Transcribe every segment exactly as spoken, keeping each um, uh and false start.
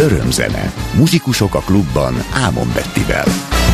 Örömzene. Muzsikusok a klubban Ámon Bettivel.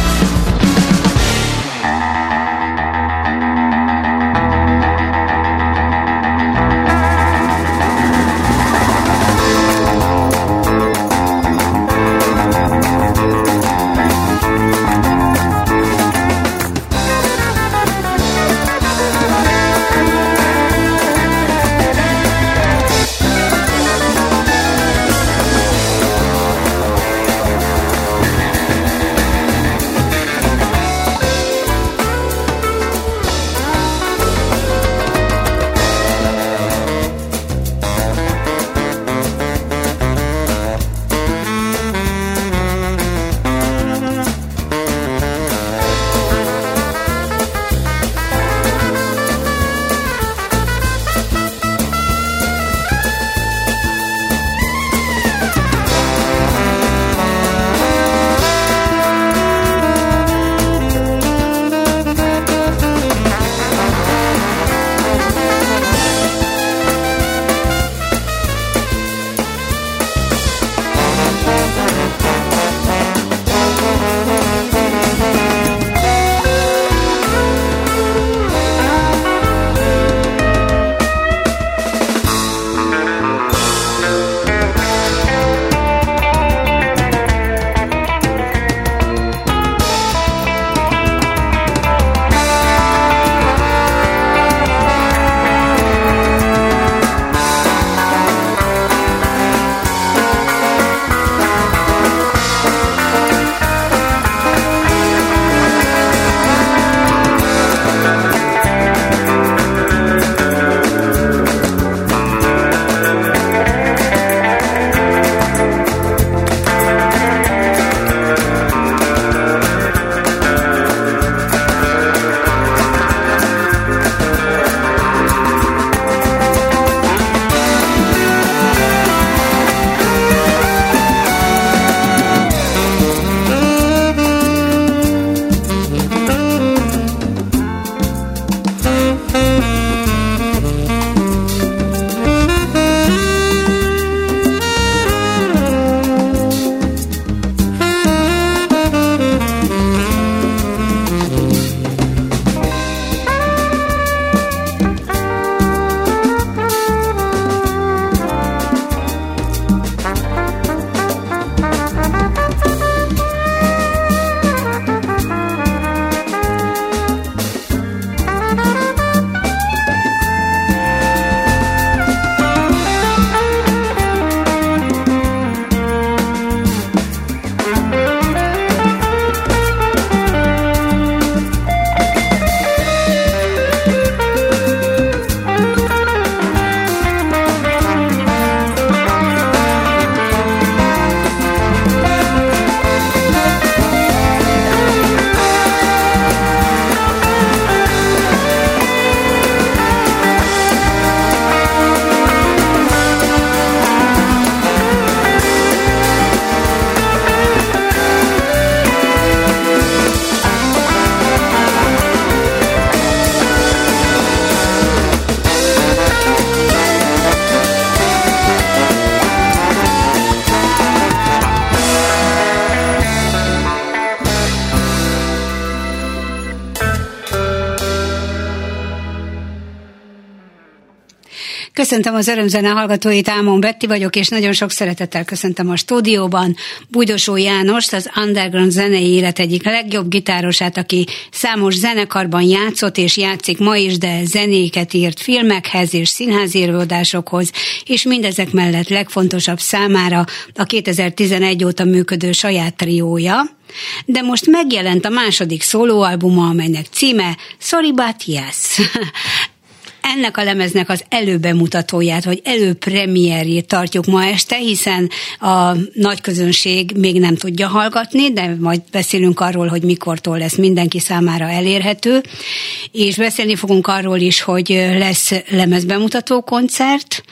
Köszöntöm az Örömzene hallgatóit, Ámon Betti vagyok, és nagyon sok szeretettel köszöntöm a stúdióban Bujdosó Jánost, az underground zenei élet egyik legjobb gitárosát, aki számos zenekarban játszott és játszik ma is, de zenéket írt filmekhez és színházi előadásokhoz, és mindezek mellett legfontosabb számára a kétezer-tizenegy óta működő saját triója. De most megjelent a második szólóalbuma, amelynek címe Sorry But Yes. Ennek a lemeznek az előbemutatóját, vagy előpremierjét tartjuk ma este, hiszen a nagy közönség még nem tudja hallgatni, de majd beszélünk arról, hogy mikortól lesz mindenki számára elérhető, és beszélni fogunk arról is, hogy lesz lemezbemutató koncert,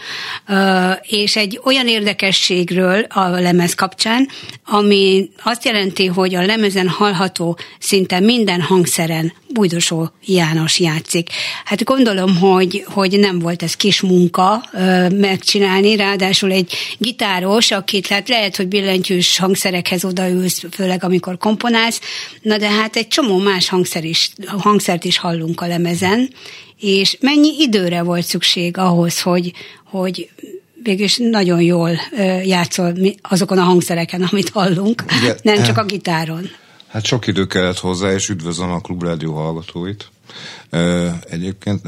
és egy olyan érdekességről a lemez kapcsán, ami azt jelenti, hogy a lemezen hallható szinte minden hangszeren Bujdosó János játszik. Hát gondolom, hogy hogy, hogy nem volt ez kis munka ö, megcsinálni, ráadásul egy gitáros, akit hát lehet, hogy billentyűs hangszerekhez odaülsz, főleg amikor komponálsz, na de hát egy csomó más hangszer is, hangszert is hallunk a lemezen, és mennyi időre volt szükség ahhoz, hogy, hogy végülis nagyon jól játszol azokon a hangszereken, amit hallunk, igen, nem csak a gitáron. Hát sok idő kellett hozzá, és üdvözlöm a Klubrádió hallgatóit. Egyébként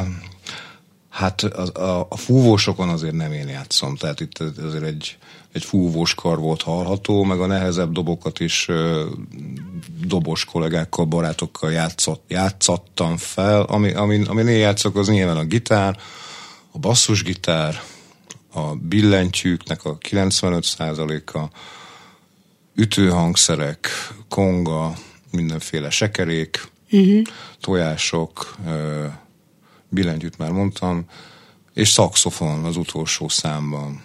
hát a, a, a fúvósokon azért nem én játszom, tehát itt azért egy, egy fúvós kar volt hallható, meg a nehezebb dobokat is dobos kollégákkal, barátokkal játszott, játszottam fel. Ami, amin, amin én játszok, az nyilván a gitár, a basszusgitár, a billentyűknek a kilencvenöt százaléka, ütőhangszerek, konga, mindenféle sekerék, uh-huh. tojások, billentyűt már mondtam, és szaxofon az utolsó számban.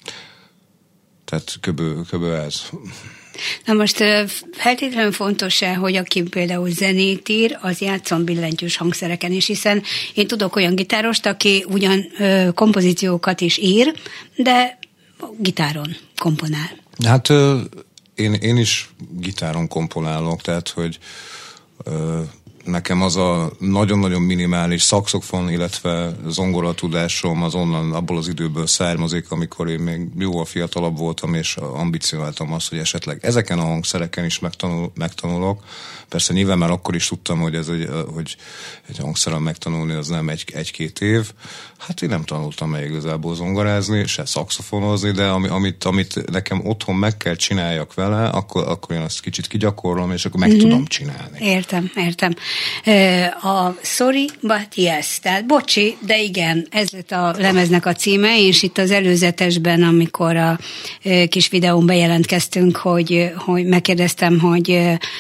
Tehát köbö, köbö ez. Na most feltétlenül fontos-e, hogy aki például zenét ír, az játszon billentyűs hangszereken is, hiszen én tudok olyan gitárost, aki ugyan ö, kompozíciókat is ír, de gitáron komponál. Hát ö, én, én is gitáron komponálok, tehát hogy ö, nekem az a nagyon-nagyon minimális szaxofon, illetve zongoratudásom az onnan, abból az időből származik, amikor én még jóval fiatalabb voltam, és ambicionáltam azt, hogy esetleg ezeken a hangszereken is megtanul, megtanulok. Persze nyilván már akkor is tudtam, hogy, ez egy, hogy egy hangszeren megtanulni az nem egy, egy-két év. Hát én nem tanultam meg igazából zongorázni, se szaxofonozni, de ami, amit, amit nekem otthon meg kell csináljak vele, akkor, akkor én azt kicsit kigyakorlom, és akkor meg mm-hmm. tudom csinálni. Értem, értem. A Sorry, but yes, tehát bocsi, de igen, ez lett a lemeznek a címe, és itt az előzetesben, amikor a kis videón bejelentkeztünk, hogy, hogy megkérdeztem, hogy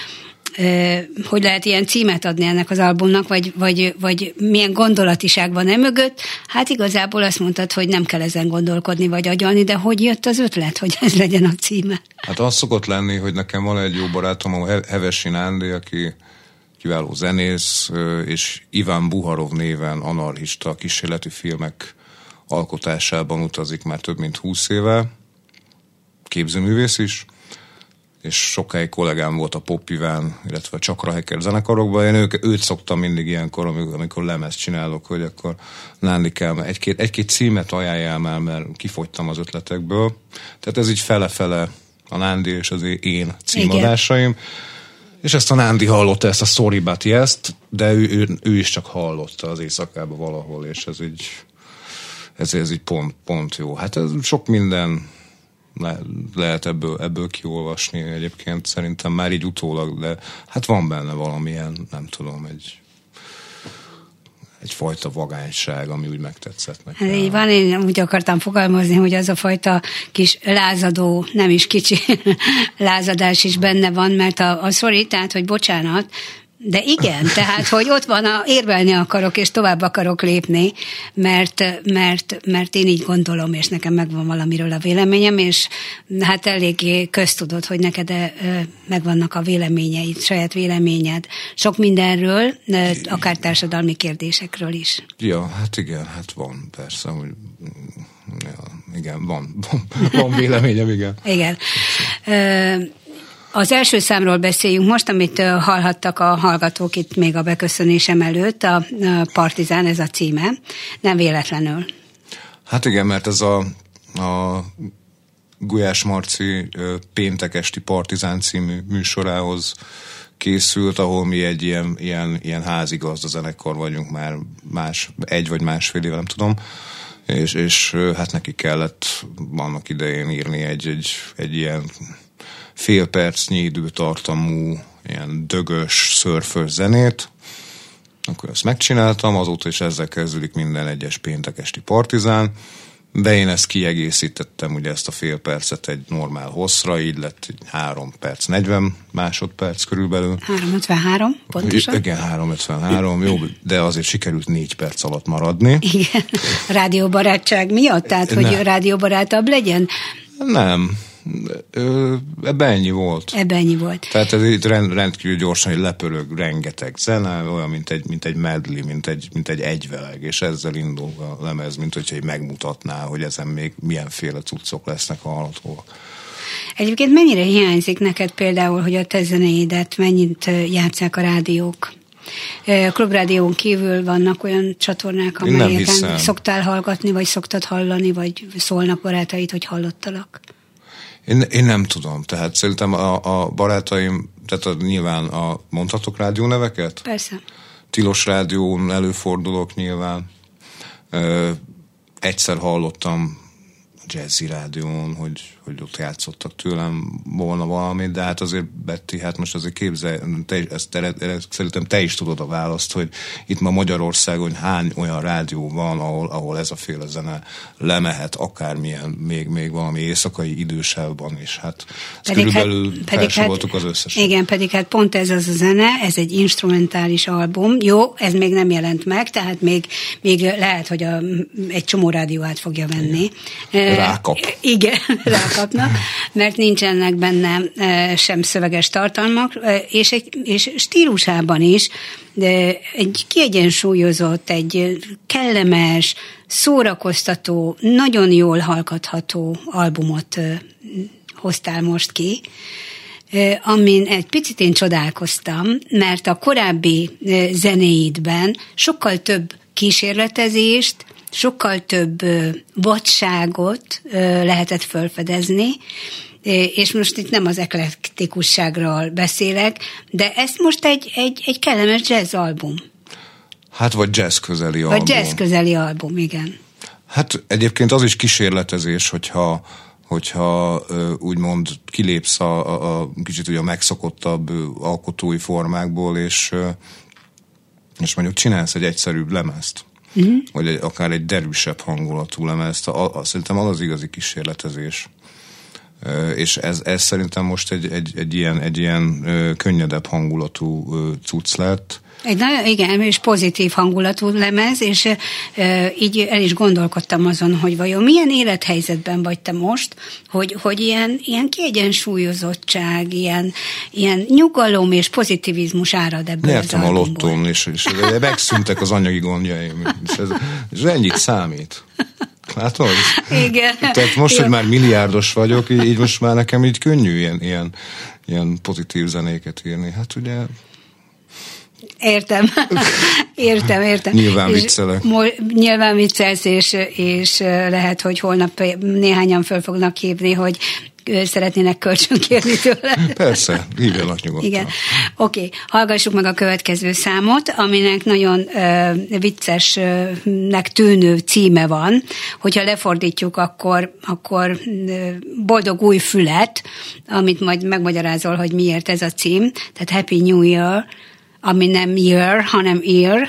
hogy lehet ilyen címet adni ennek az albumnak, vagy, vagy, vagy milyen gondolatiság van e mögött. Hát igazából azt mondtad, hogy nem kell ezen gondolkodni, vagy agyalni, de hogy jött az ötlet, hogy ez legyen a címe? Hát az szokott lenni, hogy nekem van egy jó barátom, a Hevesi Nándi, aki kiváló zenész, és Iván Buharov néven anarchista kísérleti filmek alkotásában utazik már több mint húsz éve, képzőművész is, és sokáig kollégám volt a Pop Iván, illetve a Csakra Hacker zenekarokban. Én ők, őt szoktam mindig ilyenkor, amikor, amikor lemezt csinálok, hogy akkor Nándikám, egy-két, egy-két címet ajánljál már, mert kifogytam az ötletekből. Tehát ez így fele-fele a Nándi és az én címadásaim. Igen. És ezt a Nándi hallotta, ezt a Sorry But Yes-t, de ő, ő, ő is csak hallotta az éjszakában valahol, és ez így, ez, ez így pont, pont jó. Hát ez sok minden le, lehet ebből, ebből kiolvasni egyébként szerintem már így utólag, de hát van benne valamilyen, nem tudom, egy egyfajta vagányság, ami úgy megtetszett nekem. Hát így van, én úgy akartam fogalmazni, hogy az a fajta kis lázadó, nem is kicsi lázadás is benne van, mert a, a sorry, tehát, hogy bocsánat, de igen, tehát, hogy ott van, a, érvelni akarok, és tovább akarok lépni, mert, mert, mert én így gondolom, és nekem megvan valamiről a véleményem, és hát eléggé köztudod, hogy neked megvannak a véleményeid, saját véleményed, sok mindenről, akár társadalmi kérdésekről is. Ja, hát igen, hát van, persze, hogy ja, igen, van, van, van véleményem, igen. Igen. Az első számról beszéljünk most, amit hallhattak a hallgatók itt még a beköszönésem előtt, a Partizán, ez a címe, nem véletlenül. Hát igen, mert ez a, a Gulyás Marci péntek esti Partizán című műsorához készült, ahol mi egy ilyen, ilyen, ilyen házigazda zenekar vagyunk már más, egy vagy másfél éve, nem tudom, és, és hát neki kellett annak idején írni egy, egy, egy ilyen fél percnyi időtartamú, ilyen dögös, szörfös zenét. Akkor ezt megcsináltam, azóta is ezzel kezdődik minden egyes péntek esti Partizán, de én ezt kiegészítettem, ugye ezt a fél percet egy normál hosszra, így lett három perc, negyven másodperc körülbelül. három ötvenhárom, pontosan? Igen, három ötvenhárom, jó, de azért sikerült négy perc alatt maradni. Igen, rádióbarátság miatt? Tehát, hogy Nem. rádióbarátabb legyen? Nem. Ebben ennyi volt. Ebben ennyi volt. Tehát ez itt rend, rendkívül gyorsan, hogy lepörög rengeteg zene, olyan, mint egy, mint egy medley, mint egy, mint egy egyveleg, és ezzel indul a lemez, mint hogyha megmutatná, hogy ezen még milyenféle cuccok lesznek hallhatóak. Egyébként mennyire hiányzik neked például, hogy a te zenéidet mennyit játsszák a rádiók? A Klubrádión kívül vannak olyan csatornák, amelyeken szoktál hallgatni, vagy szoktad hallani, vagy szólnak barátaid, hogy hallottalak? Én, én nem tudom, tehát szerintem a, a barátaim, tehát a, nyilván a, mondhatok rádióneveket? Persze. Tilos Rádión előfordulok nyilván. Ö, egyszer hallottam Jazzy Rádión, hogy, hogy ott játszottak tőlem volna valamit, de hát azért Betty, hát most azért képzelj, te, ezt, ezt, szerintem te is tudod a választ, hogy itt ma Magyarországon hány olyan rádió van, ahol, ahol ez a féle zene lemehet, akármilyen, még, még valami éjszakai idősávban, és hát körülbelül hát, felsoroltuk hát, az összeset. Igen, pedig hát pont ez az a zene, ez egy instrumentális album, jó, ez még nem jelent meg, tehát még, még lehet, hogy a, egy csomó rádió át fogja venni. Rákap. Igen, rákapnak, mert nincsenek benne sem szöveges tartalmak, és, egy, és stílusában is de egy kiegyensúlyozott, egy kellemes, szórakoztató, nagyon jól hallgatható albumot hoztál most ki, amin egy picit én csodálkoztam, mert a korábbi zenéidben sokkal több kísérletezést, sokkal több vadságot lehetett felfedezni, és most itt nem az eklektikusságról beszélek, de ez most egy, egy, egy kellemes jazz album. Hát vagy jazz közeli album. Vagy jazz közeli album, igen. Hát egyébként az is kísérletezés, hogyha hogyha úgymond kilépsz a, a, a kicsit ugye a megszokottabb alkotói formákból, és, és mondjuk csinálsz egy egyszerűbb lemezt. Uh-huh. Vagy egy, akár egy derűsebb hangulatú lemezt, a, a, szerintem az az igazi kísérletezés. Uh, és ez, ez szerintem most egy, egy, egy ilyen, egy ilyen uh, könnyedebb hangulatú uh, cucc lett. Egy nagyon, igen, és pozitív hangulatú lemez, és e, így el is gondolkodtam azon, hogy vajon milyen élethelyzetben vagy te most, hogy, hogy ilyen, ilyen kiegyensúlyozottság, ilyen, ilyen nyugalom és pozitivizmus árad ebből Nyertem az albumból. a lottón, és, és megszűntek az anyagi gondjaim, és ez, és ennyit számít. Látod? Igen. Tehát most, hogy már milliárdos vagyok, így, így most már nekem így könnyű ilyen, ilyen, ilyen pozitív zenéket írni. Hát ugye... Értem, értem, értem. Nyilván viccelek. Mo- nyilván viccelsz, és, és lehet, hogy holnap néhányan föl fognak hívni, hogy szeretnének kölcsön kérni tőle. Persze, hívjanak nyugodtan. Igen. Oké, okay. Hallgassuk meg a következő számot, aminek nagyon uh, viccesnek tűnő címe van. Hogyha lefordítjuk, akkor, akkor uh, boldog új fület, amit majd megmagyarázol, hogy miért ez a cím. Tehát Happy New Year, ami nem year, hanem ear.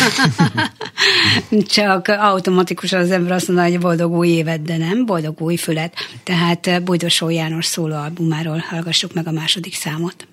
Csak automatikusan az ember azt mondja, hogy boldog új évet, de nem, boldog új fület. Tehát Bujdosó János szólóalbumáról hallgassuk meg a második számot.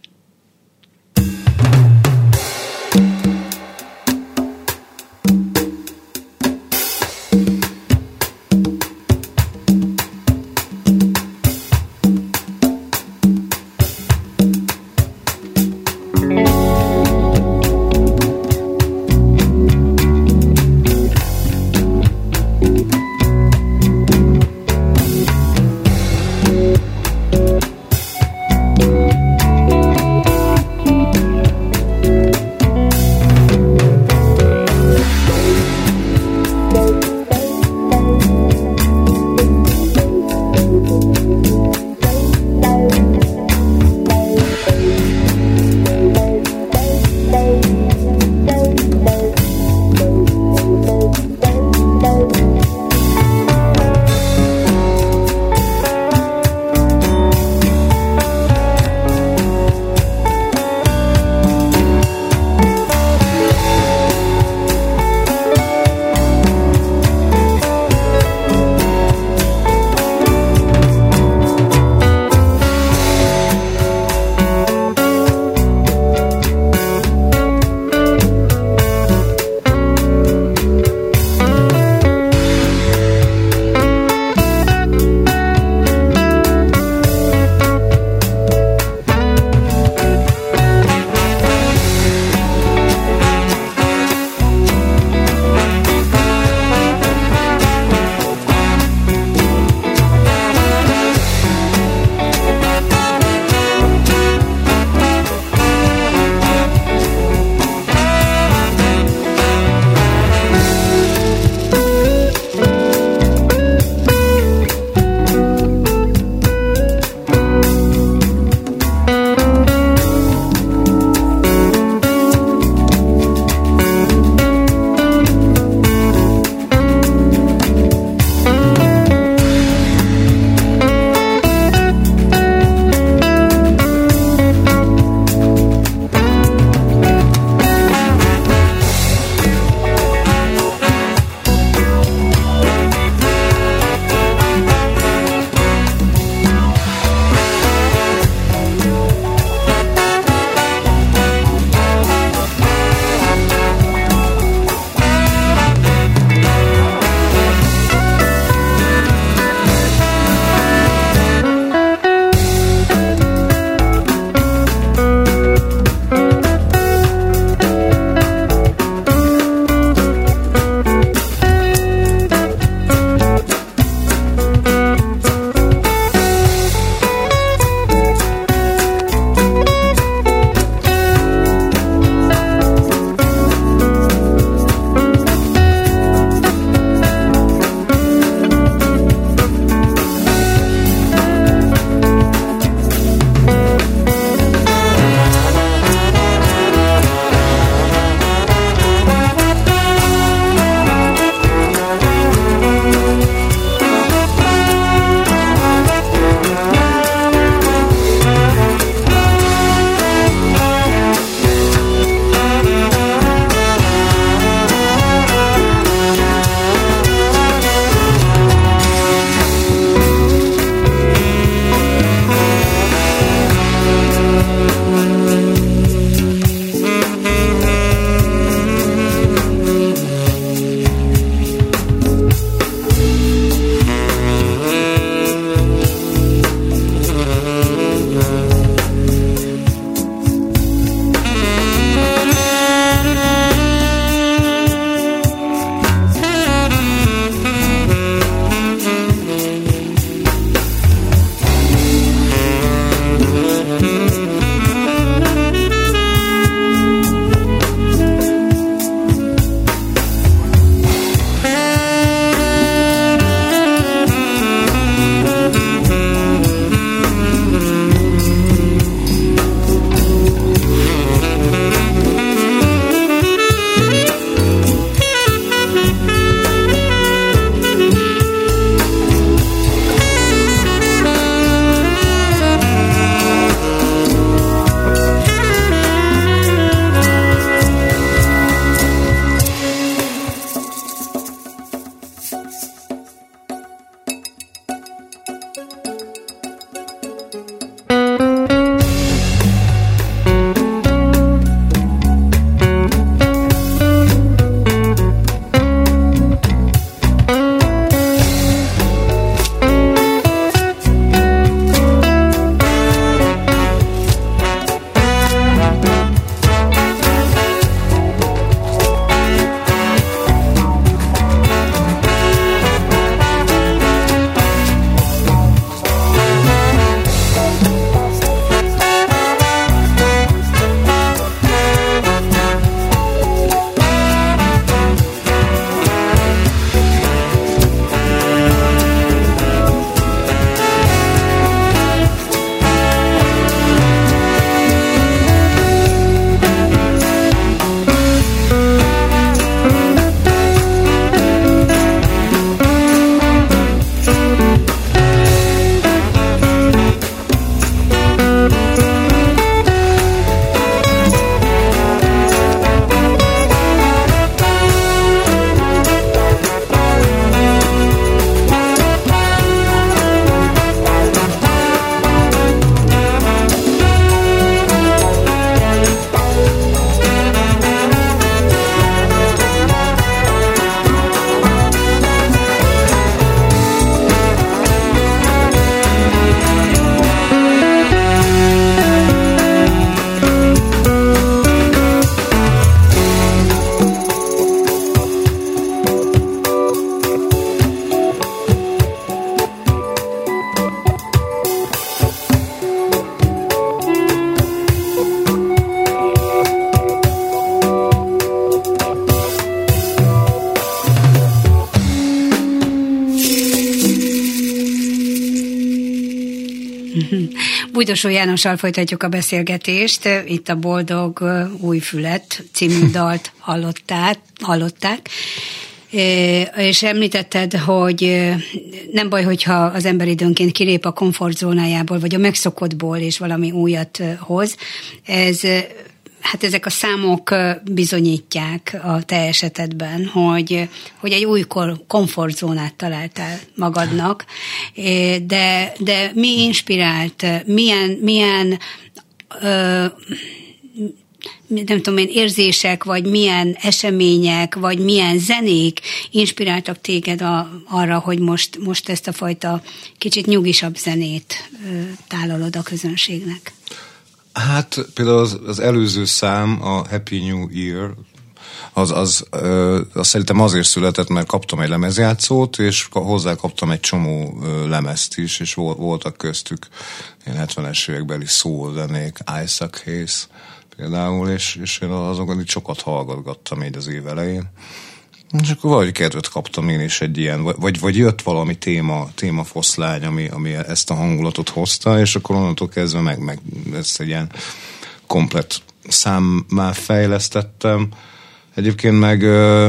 Bújdosó Jánossal folytatjuk a beszélgetést. Itt a Boldog új fület című dalt hallották, hallották. És említetted, hogy nem baj, hogyha az ember időnként kilép a komfortzónájából, vagy a megszokottból, és valami újat hoz. Ez, hát ezek a számok bizonyítják a te esetedben, hogy, hogy egy új komfortzónát találtál magadnak, de, de mi inspirált, milyen, milyen ö, nem tudom én, érzések, vagy milyen események, vagy milyen zenék inspiráltak téged a, arra, hogy most, most ezt a fajta kicsit nyugisabb zenét ö, tálalod a közönségnek? Hát például az, az előző szám, a Happy New Year, az, az, ö, az szerintem azért született, mert kaptam egy lemezjátszót, és hozzá kaptam egy csomó ö, lemezt is, és volt, voltak köztük ilyen hetvenes évekbeli soul zenék, Isaac Hayes például, és, és én azokon itt sokat hallgatgattam így az év elején. És akkor valahogy kedvet kaptam én is egy ilyen, vagy, vagy jött valami téma, témafoszlány, ami, ami ezt a hangulatot hozta, és akkor onnantól kezdve meg, meg ezt egy ilyen komplett számmá fejlesztettem. Egyébként meg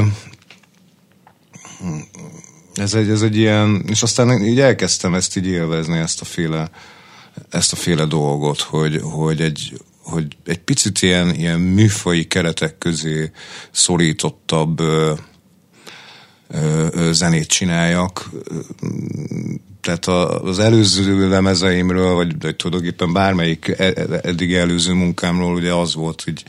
ez egy, ez egy ilyen, és aztán így elkezdtem ezt így élvezni, ezt a féle, ezt a féle dolgot, hogy, hogy egy hogy egy picit ilyen, ilyen műfaji keretek közé szorítottabb ö, ö, ö, zenét csináljak. Tehát a, az előző lemezeimről, vagy, vagy tulajdonképpen bármelyik eddig előző munkámról ugye az volt, így,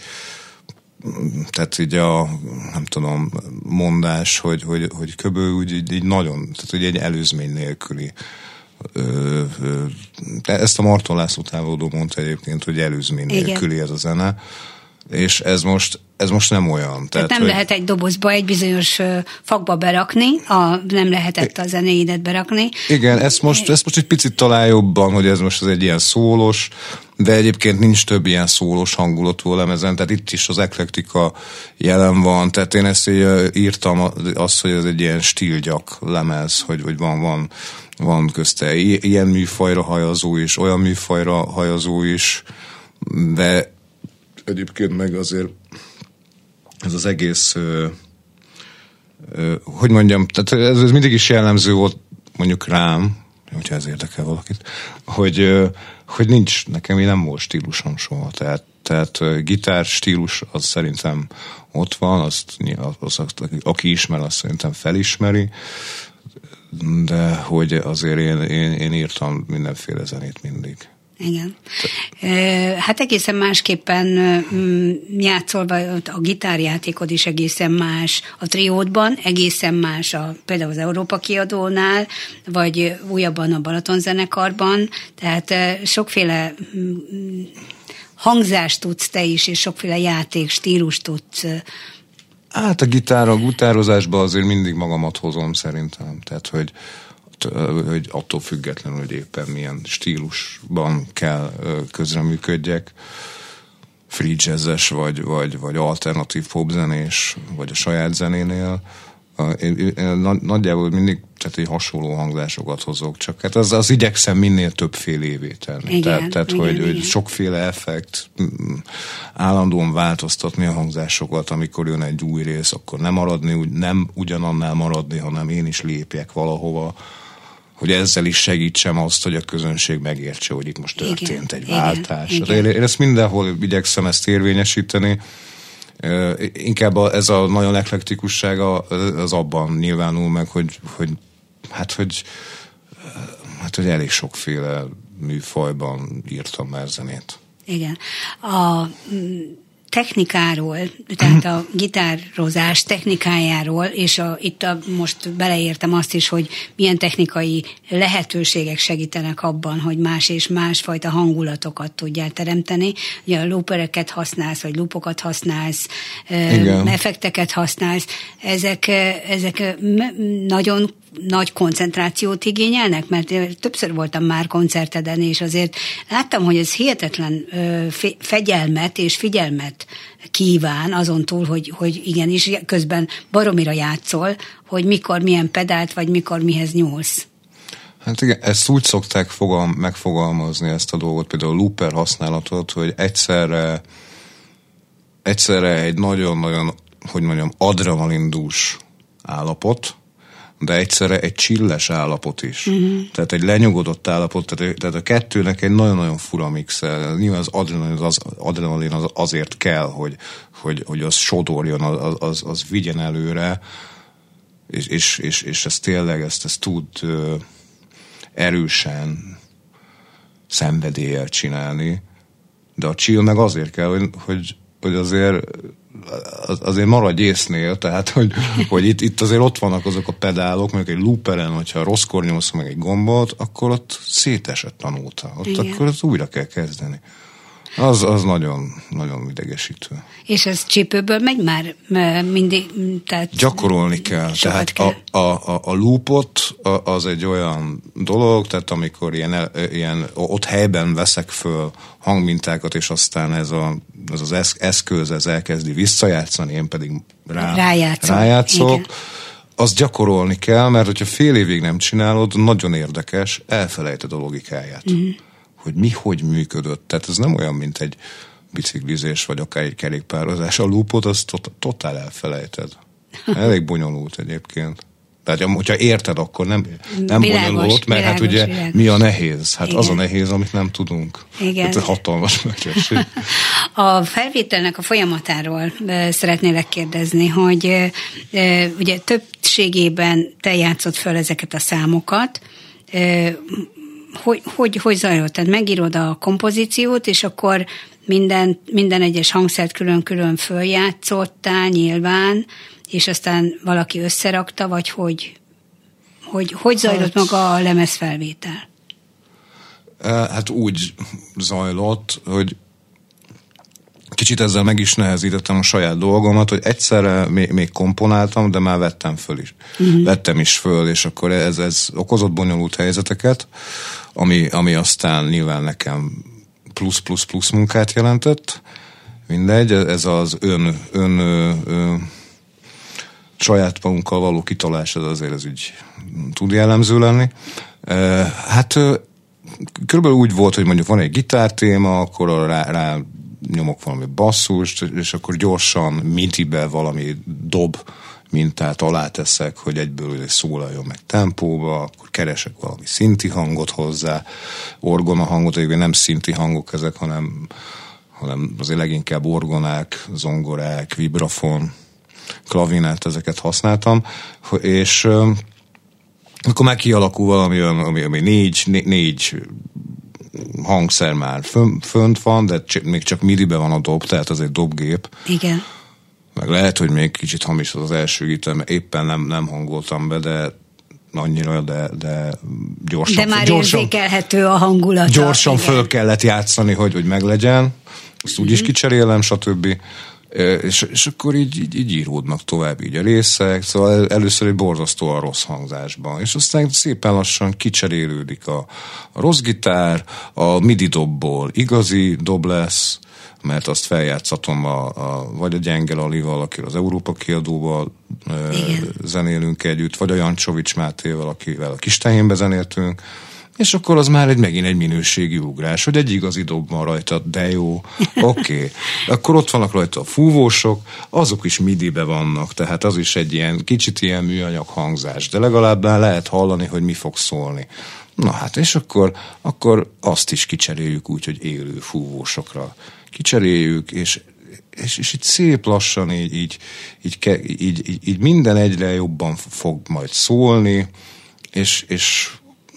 tehát így a, nem tudom, mondás, hogy, hogy, hogy köbő úgy így, így nagyon, tehát ugye egy előzmény nélküli. Ö, ö, ezt a Marton László távolodó mondta egyébként, hogy előzmény nélküli ez a zene, és ez most, ez most nem olyan. Tehát, tehát nem hogy... lehet egy dobozba, egy bizonyos fakba berakni, a, nem lehetett a zenéidet berakni. Igen, ezt most, ezt most egy picit talán jobban, hogy ez most az egy ilyen szólos, de egyébként nincs több ilyen szólos hangulatú lemezen, tehát itt is az eklektika jelen van, tehát én ezt így írtam azt, hogy ez egy ilyen stílgyak lemez, hogy, hogy van, van van közte ilyen műfajra hajazó is, olyan műfajra hajazó is, de egyébként meg azért ez az egész, ö, ö, hogy mondjam, tehát ez, ez mindig is jellemző volt mondjuk rám, hogyha ez érdekel valakit, hogy, ö, hogy nincs, nekem én nem volt stílusom soha, tehát, tehát gitár stílus az szerintem ott van, azt, az, az, aki ismer, azt szerintem felismeri, de hogy azért én, én, én írtam mindenféle zenét mindig. Igen. Hát egészen másképpen játszol, a gitárjátékod is egészen más a triódban, egészen más a, például az Európa kiadónál, vagy újabban a Balaton zenekarban, tehát sokféle hangzást tudsz te is, és sokféle játék, stílust tudsz. Hát a gitár, a gitározásban azért mindig magamat hozom szerintem, tehát hogy, hogy attól függetlenül, hogy éppen milyen stílusban kell közreműködjek, free jazzes, vagy, vagy, vagy alternatív popzenés, vagy a saját zenénél. Én, én nagyjából mindig tehát egy hasonló hangzásokat hozok, csak hát az, az igyekszem minél többfélévé tenni. Igen, tehát, tehát igen, hogy, igen. hogy sokféle effekt, állandóan változtatni a hangzásokat, amikor jön egy új rész, akkor nem maradni, nem ugyanannál maradni, hanem én is lépjek valahova, hogy ezzel is segítsem azt, hogy a közönség megértse, hogy itt most történt igen, egy váltás. Igen, igen. Én ezt mindenhol igyekszem ezt érvényesíteni. Inkább a, ez a nagyon eklektikussága az abban nyilvánul meg, hogy, hogy, hát, hogy, hát, hogy elég sokféle műfajban írtam már zenét. Igen. A technikáról, tehát a gitározás technikájáról, és a, itt a, most beleértem azt is, hogy milyen technikai lehetőségek segítenek abban, hogy más és másfajta hangulatokat tudjál teremteni. Ugye a loopereket használsz, vagy loopokat használsz, igen. effekteket használsz. Ezek, ezek nagyon nagy koncentrációt igényelnek, mert többször voltam már koncerteden, és azért láttam, hogy ez hihetetlen fegyelmet és figyelmet kíván, azon túl, hogy, hogy igenis közben baromira játszol, hogy mikor milyen pedált, vagy mikor mihez nyúlsz. Hát igen, ezt úgy szokták fogal, megfogalmazni ezt a dolgot, például a looper használatot, hogy egyszerre, egyszerre egy nagyon-nagyon, hogy mondjam, adrenalindús állapot, de egyszerre egy chilles állapot is. Uh-huh. Tehát egy lenyugodott állapot, tehát, tehát a kettőnek egy nagyon-nagyon fura mixel. Nyilván az adrenalin az, adrenalin az azért kell, hogy, hogy, hogy az sodorjon, az, az, az vigyen előre, és, és, és, és ez tényleg ezt, ezt tud uh, erősen szenvedéllyel csinálni, de a chill meg azért kell, hogy, hogy, hogy azért azért maradj észnél, tehát, hogy, hogy itt, itt azért ott vannak azok a pedálok, mondjuk egy looperen, hogyha rosszkor nyomsz meg egy gombot, akkor ott szétesett a nóta. Ott igen. Akkor azt újra kell kezdeni. Az, az nagyon, nagyon idegesítő. És ez csípőből megy már mindig? Tehát gyakorolni kell. Tehát kell. A, a, a, a loopot az egy olyan dolog, tehát amikor ilyen, ilyen, ott helyben veszek föl hangmintákat, és aztán ez, a, ez az eszköz ez elkezdi visszajátszani, én pedig rá, rájátszom. rájátszok. Azt gyakorolni kell, mert hogyha fél évig nem csinálod, nagyon érdekes, elfelejted a logikáját. Mm. Hogy mi hogy működött. Tehát ez nem olyan, mint egy biciklizés, vagy akár egy kerékpározás. A loopot azt tot- totál elfelejted. Elég bonyolult egyébként. Tehát, hogyha érted, akkor nem, nem világos, bonyolult, mert világos, hát ugye világos. Mi a nehéz? Hát igen. Az a nehéz, amit nem tudunk. Igen. Ez hatalmas megkeresés. A felvételnek a folyamatáról szeretnélek kérdezni, hogy ugye többségében te játszott fel ezeket a számokat, Hogy, hogy, hogy zajlott? Tehát megírod a kompozíciót, és akkor minden, minden egyes hangszert külön-külön följátszottál nyilván, és aztán valaki összerakta, vagy hogy, hogy, hogy zajlott hát, maga a lemezfelvétel? Hát úgy zajlott, hogy kicsit ezzel meg is nehezítettem a saját dolgomat, hogy egyszerre még, még komponáltam, de már vettem föl is. Uh-huh. Vettem is föl, és akkor ez, ez okozott bonyolult helyzeteket, ami, ami aztán nyilván nekem plusz-plusz-plusz munkát jelentett. Mindegy, ez az ön, ön ö, ö, saját magunkkal való kitolás, ez azért ez úgy tud jellemző lenni. E, hát körülbelül úgy volt, hogy mondjuk van egy gitártéma, akkor rá, rá nyomok valami basszust, és akkor gyorsan midibe valami dob mintát aláteszek, hogy egyből szólaljon meg tempóba, akkor keresek valami szinti hangot hozzá, orgona hangot, egyébként nem szinti hangok ezek, hanem, hanem azért leginkább orgonák, zongorák, vibrafon, klavinát, ezeket használtam, és akkor már kialakul valami, ami, ami négy, né, négy hangszer már fönt van, de c- még csak midibe van a dob, tehát az egy dobgép. Igen. Meg lehet, hogy még kicsit hamis az az első gitár, mert éppen nem, nem hangoltam be, de annyira, de, de gyorsan. De már gyorsan, érzékelhető a hangulata. Gyorsan igen. Föl kellett játszani, hogy, hogy meglegyen. Azt mm-hmm. úgyis kicserélem, stb. És, és akkor így, így, így íródnak tovább így a részek, szóval először egy borzasztóan rossz hangzásban, és aztán szépen lassan kicserélődik a, a rossz gitár, a midi dobból igazi dob lesz, mert azt feljátszatom a, a, vagy a Gyenge Lalival, aki az Európa kiadóval e, zenélünk együtt, vagy a Jancsovics Mátéval, akivel a Kistehénbe zenéltünk, és akkor az már egy megint egy minőségi ugrás, hogy egy igazi dob van rajta, de jó, oké. Okay. Akkor ott vannak rajta a fúvósok, azok is midibe vannak, tehát az is egy ilyen kicsit ilyen műanyag hangzás, de legalább lehet hallani, hogy mi fog szólni. Na hát, és akkor, akkor azt is kicseréljük úgy, hogy élő fúvósokra kicseréljük, és, és, és így szép lassan így, így, így, így, így, így minden egyre jobban fog majd szólni, és, és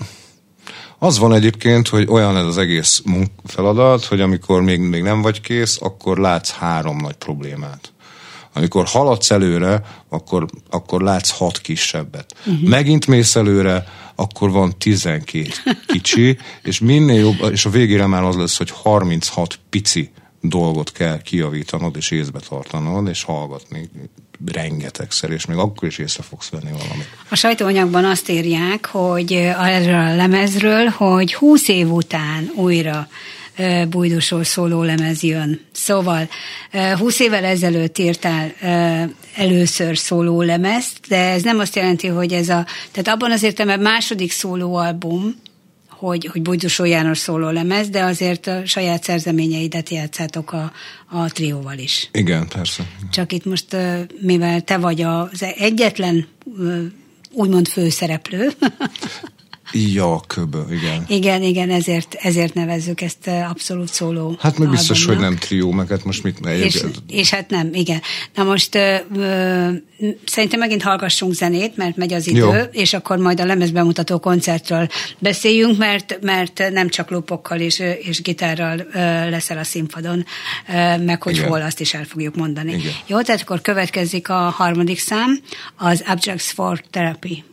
az van egyébként, hogy olyan ez az egész munkafeladat, hogy amikor még, még nem vagy kész, akkor látsz három nagy problémát. Amikor haladsz előre, akkor, akkor látsz hat kisebbet. Uh-huh. Megint mész előre, akkor van tizenkét kicsi, és minél jobb, és a végére már az lesz, hogy harminchat pici dolgot kell kijavítanod, és észbe tartanod, és hallgatni rengetegszer, és még akkor is észre fogsz venni valamit. A sajtóanyagban azt írják, hogy erről a lemezről, hogy húsz év után újra Bújdosó szólólemez jön. Szóval húsz évvel ezelőtt írtál először szólólemezt, de ez nem azt jelenti, hogy ez a, tehát abban az értelemben második szólóalbum, hogy, hogy Bújdosó János szólólemez, de azért a saját szerzeményeidet játszátok a, a trióval is. Igen, persze. Csak itt most, mivel te vagy az egyetlen úgymond főszereplő. Ja, köbö, igen. Igen, igen, ezért, ezért nevezzük ezt abszolút szóló. Hát meg biztos, albumnak. hogy nem trió, meg hát most mit megy. És, és hát nem, igen. Na most ö, ö, szerintem megint hallgassunk zenét, mert megy az idő, jó. És akkor majd a lemezbemutató koncertről beszéljünk, mert, mert nem csak lupokkal és, és gitárral ö, leszel a színpadon, ö, meg hogy igen. Hol, azt is el fogjuk mondani. Igen. Jó, tehát akkor következik a harmadik szám, az Objects for Therapy.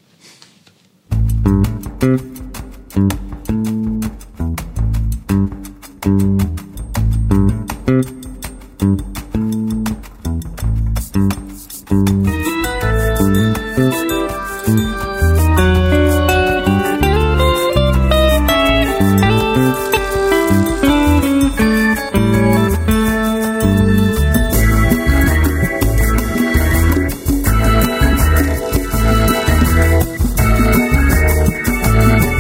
Thank you.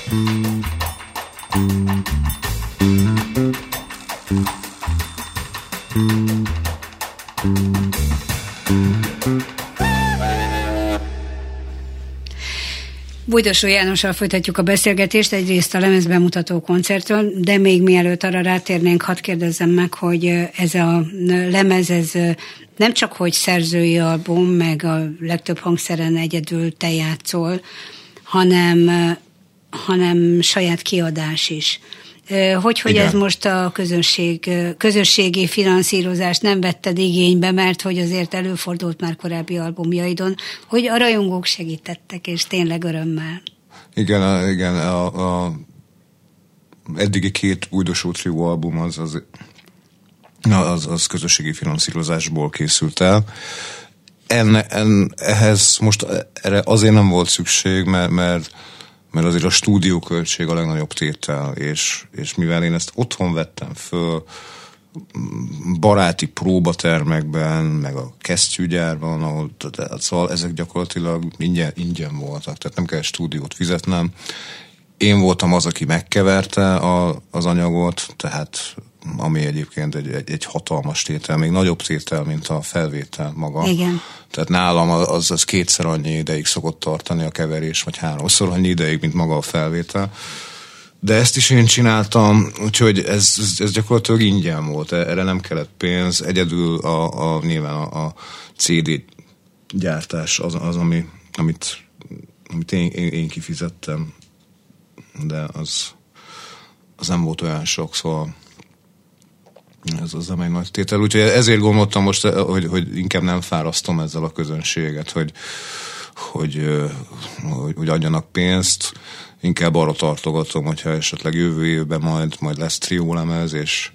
Bújdosó Jánossal folytatjuk a beszélgetést, egyrészt a lemezbemutató koncertről, de még mielőtt arra rátérnénk, hadd kérdezzem meg, hogy ez a lemez, ez nem csak hogy szerzői album, meg a legtöbb hangszeren egyedül te játszol, hanem, hanem saját kiadás is. Hogy, hogy ez most a közösség, közösségi finanszírozást nem vetted igénybe, mert hogy azért előfordult már korábbi albumjaidon, hogy a rajongók segítettek, és tényleg örömmel. Igen, igen, a, a eddigi két Bújdosó trió album az, az, az, az közösségi finanszírozásból készült el. Enne, en, ehhez most erre azért nem volt szükség, mert, mert mert azért a stúdióköltség a legnagyobb tétel, és, és mivel én ezt otthon vettem föl, baráti próbatermekben, meg a kesztyűgyárban, ahol, tehát, szóval ezek gyakorlatilag ingyen, ingyen voltak, tehát nem kell stúdiót fizetnem. Én voltam az, aki megkeverte a, az anyagot, tehát ami egyébként egy, egy, egy hatalmas tétel, még nagyobb tétel, mint a felvétel maga. Igen. Tehát nálam az, az kétszer annyi ideig szokott tartani a keverés, vagy háromszor annyi ideig, mint maga a felvétel. De ezt is én csináltam, úgyhogy ez, ez, ez gyakorlatilag ingyen volt, erre nem kellett pénz. Egyedül a, a, nyilván a, a cé dé gyártás az, az ami, amit, amit én, én, én kifizettem, de az, az nem volt olyan sok, szóval ez az nem egy nagy tétel. Úgyhogy ezért gondoltam most, hogy, hogy inkább nem fárasztom ezzel a közönséget, hogy, hogy, hogy, hogy adjanak pénzt. Inkább arra tartogatom, hogyha esetleg jövő évben majd, majd lesz triólemez, és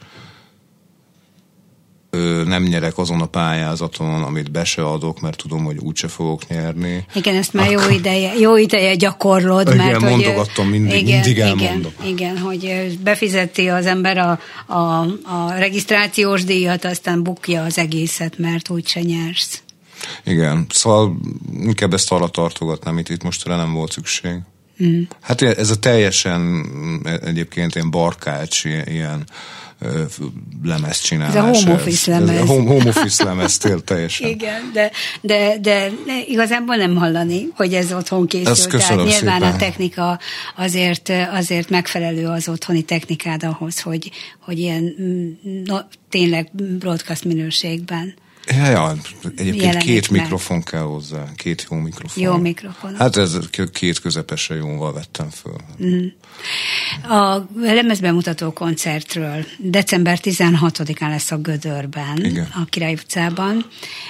nem nyerek azon a pályázaton, amit be se adok, mert tudom, hogy úgyse fogok nyerni. Igen, ezt már jó ideje, jó ideje gyakorlod. Igen, mert mondogattam, hogy, mindig, igen, mindig elmondom. Igen, igen, hogy befizeti az ember a, a, a regisztrációs díjat, aztán bukja az egészet, mert úgyse nyersz. Igen, szóval inkább ezt arra tartogatnám, itt, itt most erre nem volt szükség. Mm. Hát ez a teljesen egyébként ilyen barkács, ilyen lemez csinálás. Ez a home office lemez. Ez a home, home office lemez, teljesen. Igen, de, de, de igazából nem hallani, hogy ez otthon készült. Ezt köszönöm Tehát nyilván szépen. a technika azért, azért megfelelő az otthoni technikád ahhoz, hogy, hogy ilyen no, tényleg broadcast minőségben. Ja, ja, egyébként két meg. mikrofon kell hozzá, két jó mikrofon. Jó mikrofon. Hát ez két közepesen jóval vettem föl. Mm. A lemezbemutató koncertről december tizenhatodikán lesz a Gödörben, igen, a Király utcában.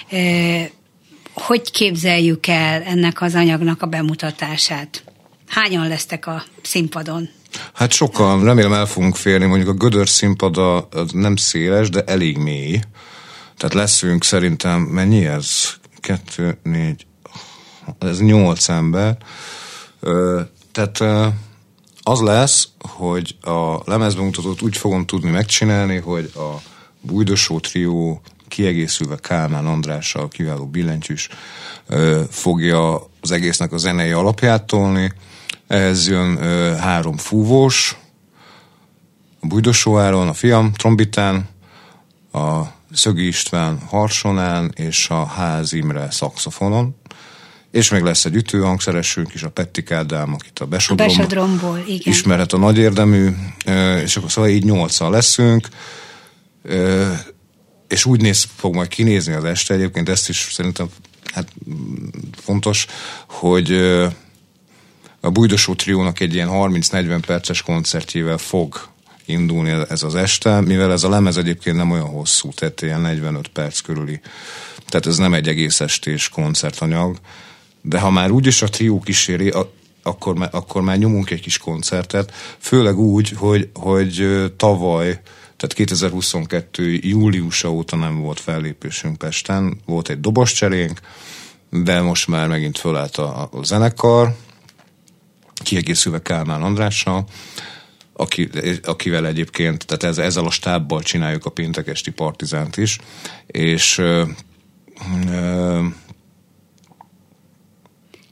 Hogy képzeljük el ennek az anyagnak a bemutatását? Hányan lesztek a színpadon? Hát sokan, remélem el fogunk férni, mondjuk a Gödör színpada nem széles, de elég mély. Tehát leszünk szerintem, mennyi ez? Kettő, négy, ez nyolc ember. Tehát az lesz, hogy a lemezbemutatót úgy fogom tudni megcsinálni, hogy a Bújdosó trió kiegészülve Kálmán Andrással, kiváló billentyűs, fogja az egésznek a zenei alapját tolni. Ehhez jön három fúvós, a Bújdosó Áron, a fiam, trombitán, a Szögi István harsonán, és a Ház Imre szaxofonon. És még lesz egy ütőhangszeresünk is, a Pettik Ádám, akit a Besodrom, a Besodromból, igen, ismerhet, a nagy érdemű, és akkor szóval így nyolcan leszünk, és úgy néz, fog majd kinézni az este, egyébként ezt is szerintem hát fontos, hogy a Bújdosó triónak egy ilyen harminc-negyven perces koncertjével fog indulni ez az este, mivel ez a lemez egyébként nem olyan hosszú, tehát ilyen negyvenöt perc körüli. Tehát ez nem egy egész estés koncertanyag, de ha már úgyis a trió kíséri, akkor már, akkor már nyomunk egy kis koncertet, főleg úgy, hogy, hogy tavaly, tehát kétezer-huszonkettő júliusa óta nem volt fellépésünk Pesten, volt egy doboscserénk, de most már megint fölállt a, a zenekar, kiegészülve Kálmán Andrással, Aki, akivel egyébként, tehát ez, ezzel a stábbal csináljuk a péntek esti Partizánt is, és ö, ö,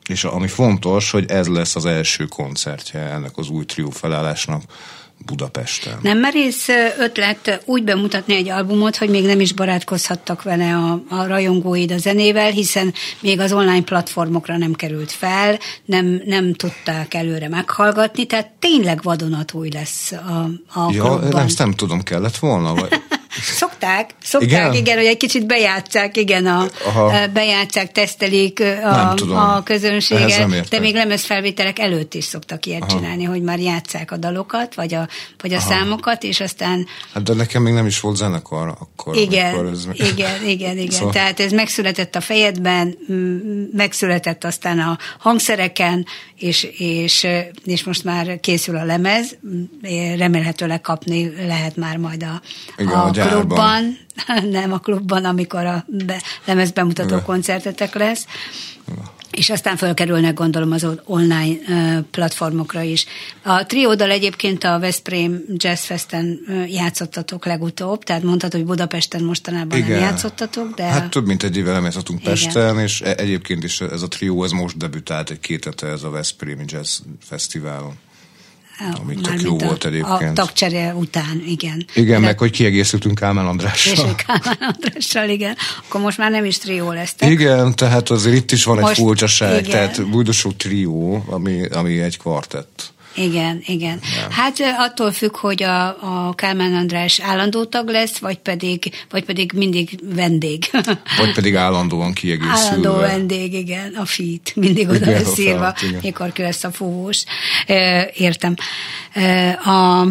és ami fontos, hogy ez lesz az első koncertje ennek az új trió felállásnak Budapesten. Nem merész ötlet úgy bemutatni egy albumot, hogy még nem is barátkozhattak vele a, a rajongóid a zenével, hiszen még az online platformokra nem került fel, nem, nem tudták előre meghallgatni, tehát tényleg vadonatúj lesz a, a ja, klubban. Nem, nem tudom, kellett volna? Vagy... Szokták, szokták, igen? igen, hogy egy kicsit bejátszák, igen, a, bejátszák, tesztelik a, a közönséget, de még lemezfelvételek előtt is szoktak ilyet Aha. csinálni, hogy már játsszák a dalokat, vagy a, vagy a számokat, és aztán... Hát de nekem még nem is volt zenekar akkor. Igen, ez... igen, igen, igen. Szóval... Tehát ez megszületett a fejedben, megszületett aztán a hangszereken, és, és, és most már készül a lemez, remélhetőleg kapni lehet már majd a, igen, a, a klubban, nem a klubban, amikor a be, lemez bemutató igen. koncertetek lesz. Igen. És aztán felkerülnek, gondolom, az online uh, platformokra is. A trióddal egyébként a Veszprém Jazz Festen uh, játszottatok legutóbb, tehát mondhatod, hogy Budapesten mostanában igen. nem játszottatok, de... Hát több mint egy éve nem játszottunk Pesten, és egyébként is ez a trió, ez most debütált egy két hete ez a Veszprémi Jazz Fesztiválon. Ami tök jó a, volt egyébként. A tagcsere után, igen. Igen, de meg hogy kiegészültünk Kálmán Andrással. És Kálmán Andrással, igen. Akkor most már nem is trió lesztek. Igen, tehát azért itt is van most, egy furcsaság, igen. Tehát Bújdosó trió, ami, ami egy kvartett. Igen, igen. Ja. Hát attól függ, hogy a, a Kálmán András állandó tag lesz, vagy pedig, vagy pedig mindig vendég. Vagy pedig állandóan kiegészülve. Állandó vendég, igen, a feat, mindig oda igen, lesz írva, mikor ki lesz a fúvós. Értem. A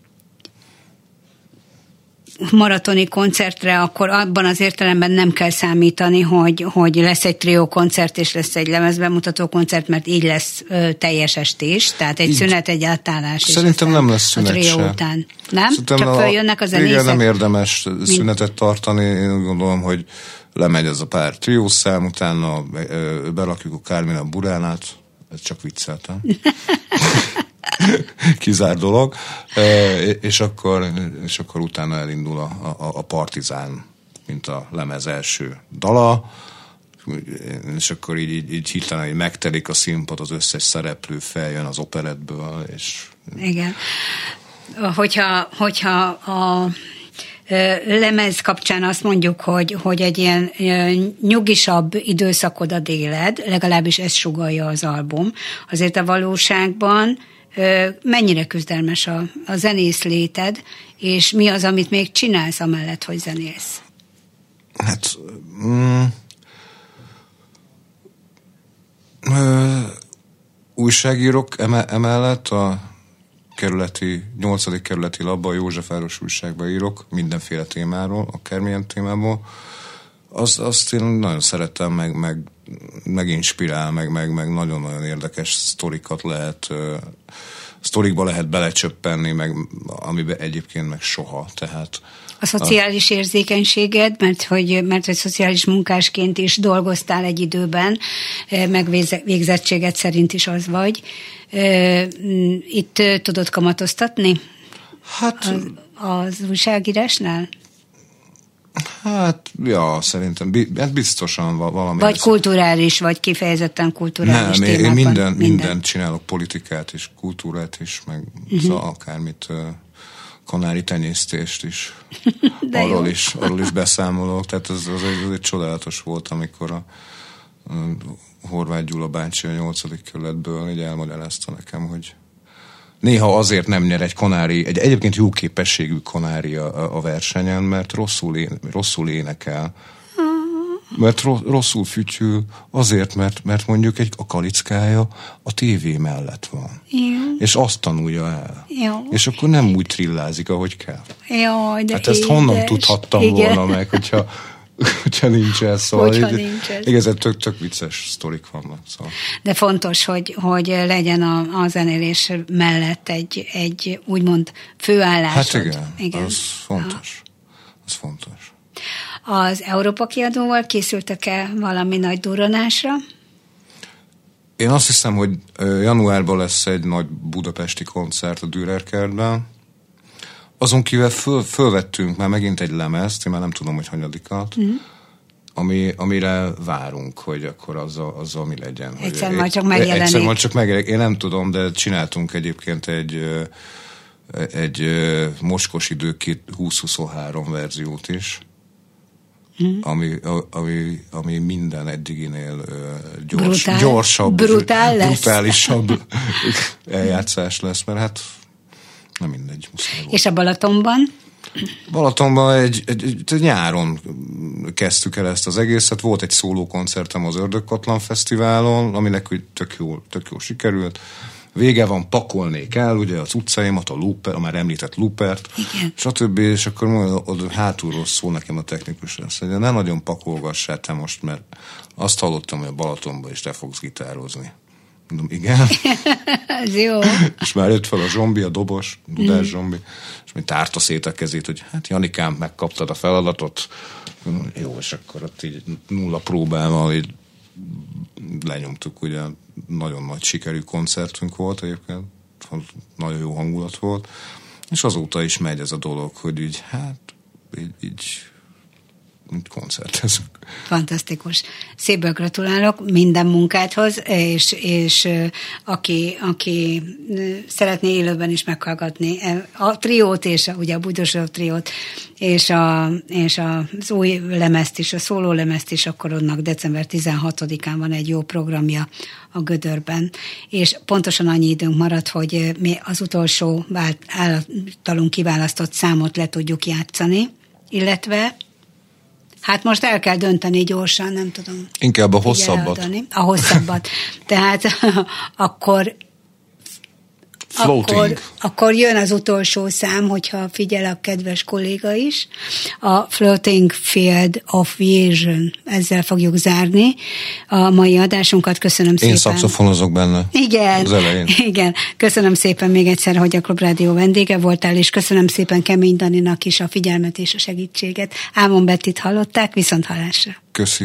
maratoni koncertre, akkor abban az értelemben nem kell számítani, hogy, hogy lesz egy trió koncert, és lesz egy lemezbemutató koncert, mert így lesz ö, teljes estés, tehát egy így, szünet, egy átállás. Szerintem nem lesz szünet a trió után. Nem? Szerintem csak följönnek a zenészek? Igen, nem érdemes szünetet tartani. Én gondolom, hogy lemegy ez a pár triószám, utána belakjuk a Kármina Buránát, ez csak vicceltem. Kizár dolog, e, és, akkor, és akkor utána elindul a, a, a Partizán, mint a lemez első dala, és akkor így, így, így hirtelen így megtelik a színpad, az összes szereplő feljön az operettből, és... Igen. Hogyha, hogyha a lemez kapcsán azt mondjuk, hogy, hogy egy ilyen nyugisabb időszakod a déled, legalábbis ezt sugallja az album, azért a valóságban mennyire küzdelmes a, a zenész léted, és mi az, amit még csinálsz amellett, hogy zenész? Hát mm, ö, újságírok emellett a kerületi, nyolcadik kerületi labba, a Józsefváros újságba írok mindenféle témáról, akármilyen témából. Az, azt én nagyon szeretem, meg, meg, meg inspirál, meg, meg, meg nagyon-nagyon érdekes sztorikat lehet, uh, sztorikba lehet belecsöppenni, meg amiben egyébként meg soha. Tehát a szociális a... érzékenységed, mert hogy, mert hogy szociális munkásként is dolgoztál egy időben, meg végzettséged szerint is az vagy. Itt tudod kamatoztatni? Hát... Az, az újságírásnál? Hát, ja, szerintem biztosan valami. Vagy kulturális, vagy kifejezetten kulturális nem, témákban. Én minden, mindent csinálok, politikát és kultúrát is, meg uh-huh. szóval akármit, kanári tenyésztést is. arról is. Arról is beszámolok. Tehát ez, az egy, az egy csodálatos volt, amikor a, a Horváth Gyula bácsi a nyolcadik kerületből így elmagyarázta nekem, hogy néha azért nem nyer egy kanári, egy egyébként jó képességű kanári a, a versenyen, mert rosszul, é, rosszul énekel. Mert ro, rosszul fütyül, azért, mert, mert mondjuk egy, a kalickája a tévé mellett van. Jó. És azt tanulja el. Jó. És akkor nem úgy trillázik, ahogy kell. Jó, de hát ezt édes. Honnan tudhattam igen. volna meg, hogyha hogyha nincs ez, szóval hogyha nincs ez. Igazán tök, tök vicces sztorik vannak. Szóval. De fontos, hogy, hogy legyen a, a zenélés mellett egy, egy úgymond főállásod. Hát igen, igen. az fontos. Az fontos. Az Európa kiadóval készültek-e valami nagy durranásra? Én azt hiszem, hogy januárban lesz egy nagy budapesti koncert a Dürer kertben. Azon kívül föl, fölvettünk már megint egy lemezt, én már nem tudom, hogy hanyadikat, mm. ami, amire várunk, hogy akkor azzal, azzal mi legyen. Egyszer majd csak megjelenik. Egyszer majd csak megjelenik. Én nem tudom, de csináltunk egyébként egy, egy Mocskos idő húsz-huszonhárom verziót is, hmm. ami, ami, ami minden eddiginél gyors, Brutál. gyorsabb, Brutál lesz. brutálisabb eljátszás lesz, mert hát nem mindegy. És a Balatonban? Balatonban egy, egy, egy nyáron kezdtük el ezt az egészet. Volt egy szólókoncertem az Ördögkatlan Fesztiválon, aminek úgy tök jól, tök jól sikerült. Vége van, pakolni kell, ugye az utcáimat, a looper, a már említett loopert, stb. És akkor oda hátulról szól nekem a technikus, azt mondja, ne nagyon pakolgassál te most, mert azt hallottam, hogy a Balatonban is te fogsz gitározni. Mondom, igen. Ez jó. És már jött fel a zsombi, a dobos, Dudás mm. zsombi, és mi tárta szét a kezét, hogy hát Janikám, megkaptad a feladatot. Jó, és akkor ott így nulla próbával így lenyomtuk, ugye nagyon nagy sikerű koncertünk volt egyébként, nagyon jó hangulat volt, és azóta is megy ez a dolog, hogy így hát így, így koncertezünk. Fantasztikus. Szépen gratulálok minden munkádhoz, és, és aki, aki szeretné élőben is meghallgatni a triót, és a, ugye a Bújdosó triót, és, a, és az új lemezt is, a szóló lemezt is, akkor onnak december tizenhatodikán van egy jó programja a Gödörben, és pontosan annyi időnk maradt, hogy mi az utolsó általunk kiválasztott számot le tudjuk játszani, illetve hát most el kell dönteni gyorsan, nem tudom. Inkább a hosszabbat. A hosszabbat. Tehát akkor, akkor, akkor jön az utolsó szám, hogyha figyel a kedves kolléga is. A Floating Field of Vision. Ezzel fogjuk zárni a mai adásunkat. Köszönöm szépen. Én szaxofonozok benne. Igen. Az elején. Igen. Köszönöm szépen még egyszer, hogy a Klubrádió vendége voltál, és köszönöm szépen Kemény Daninak is a figyelmet és a segítséget. Ámon Bettit hallották, viszont hallásra. Köszi.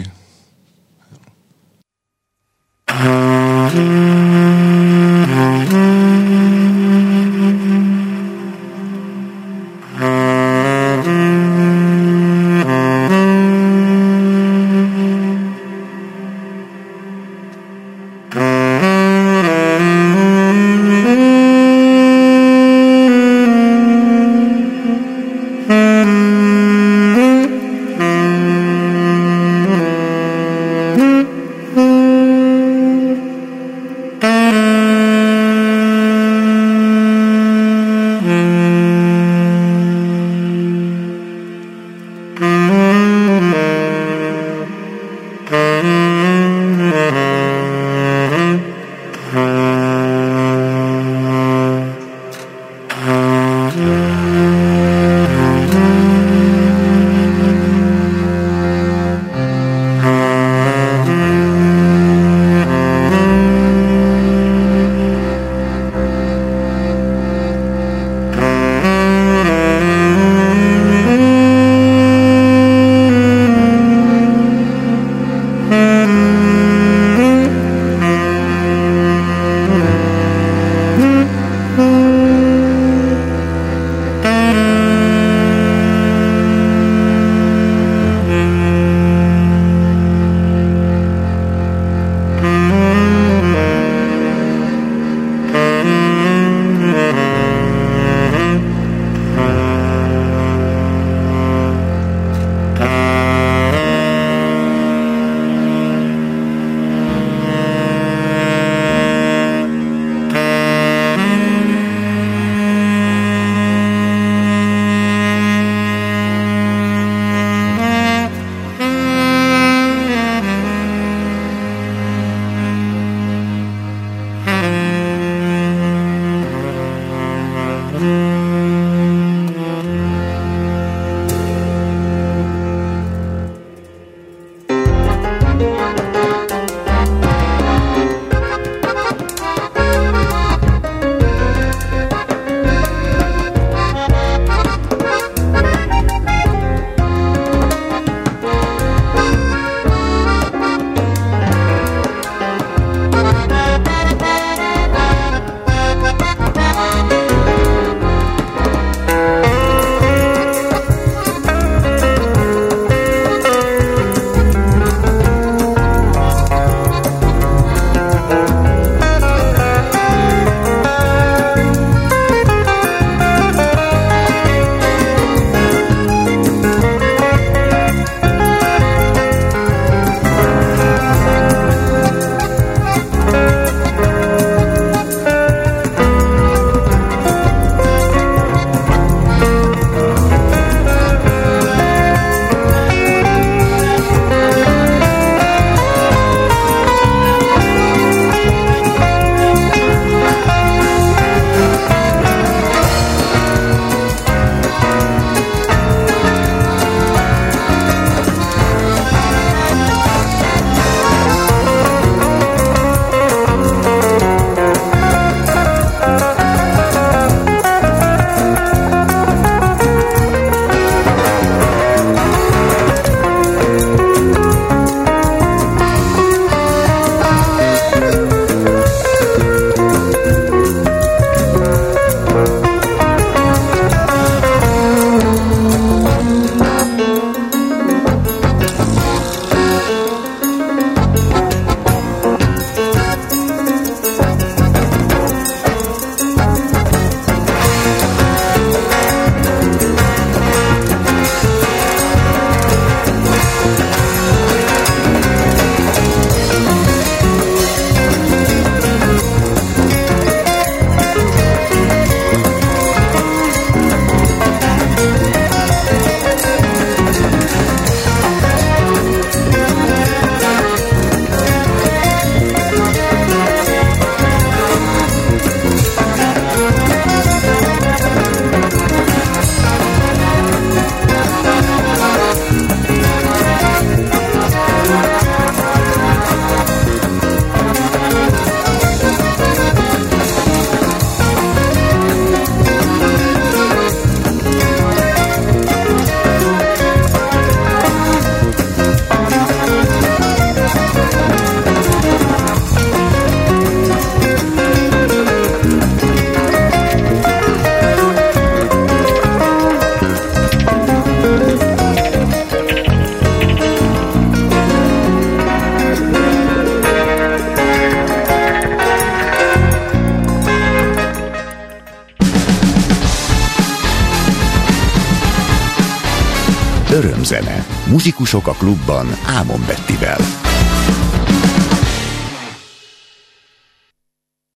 Örömzene. Muzsikusok a klubban Ámon Bettivel.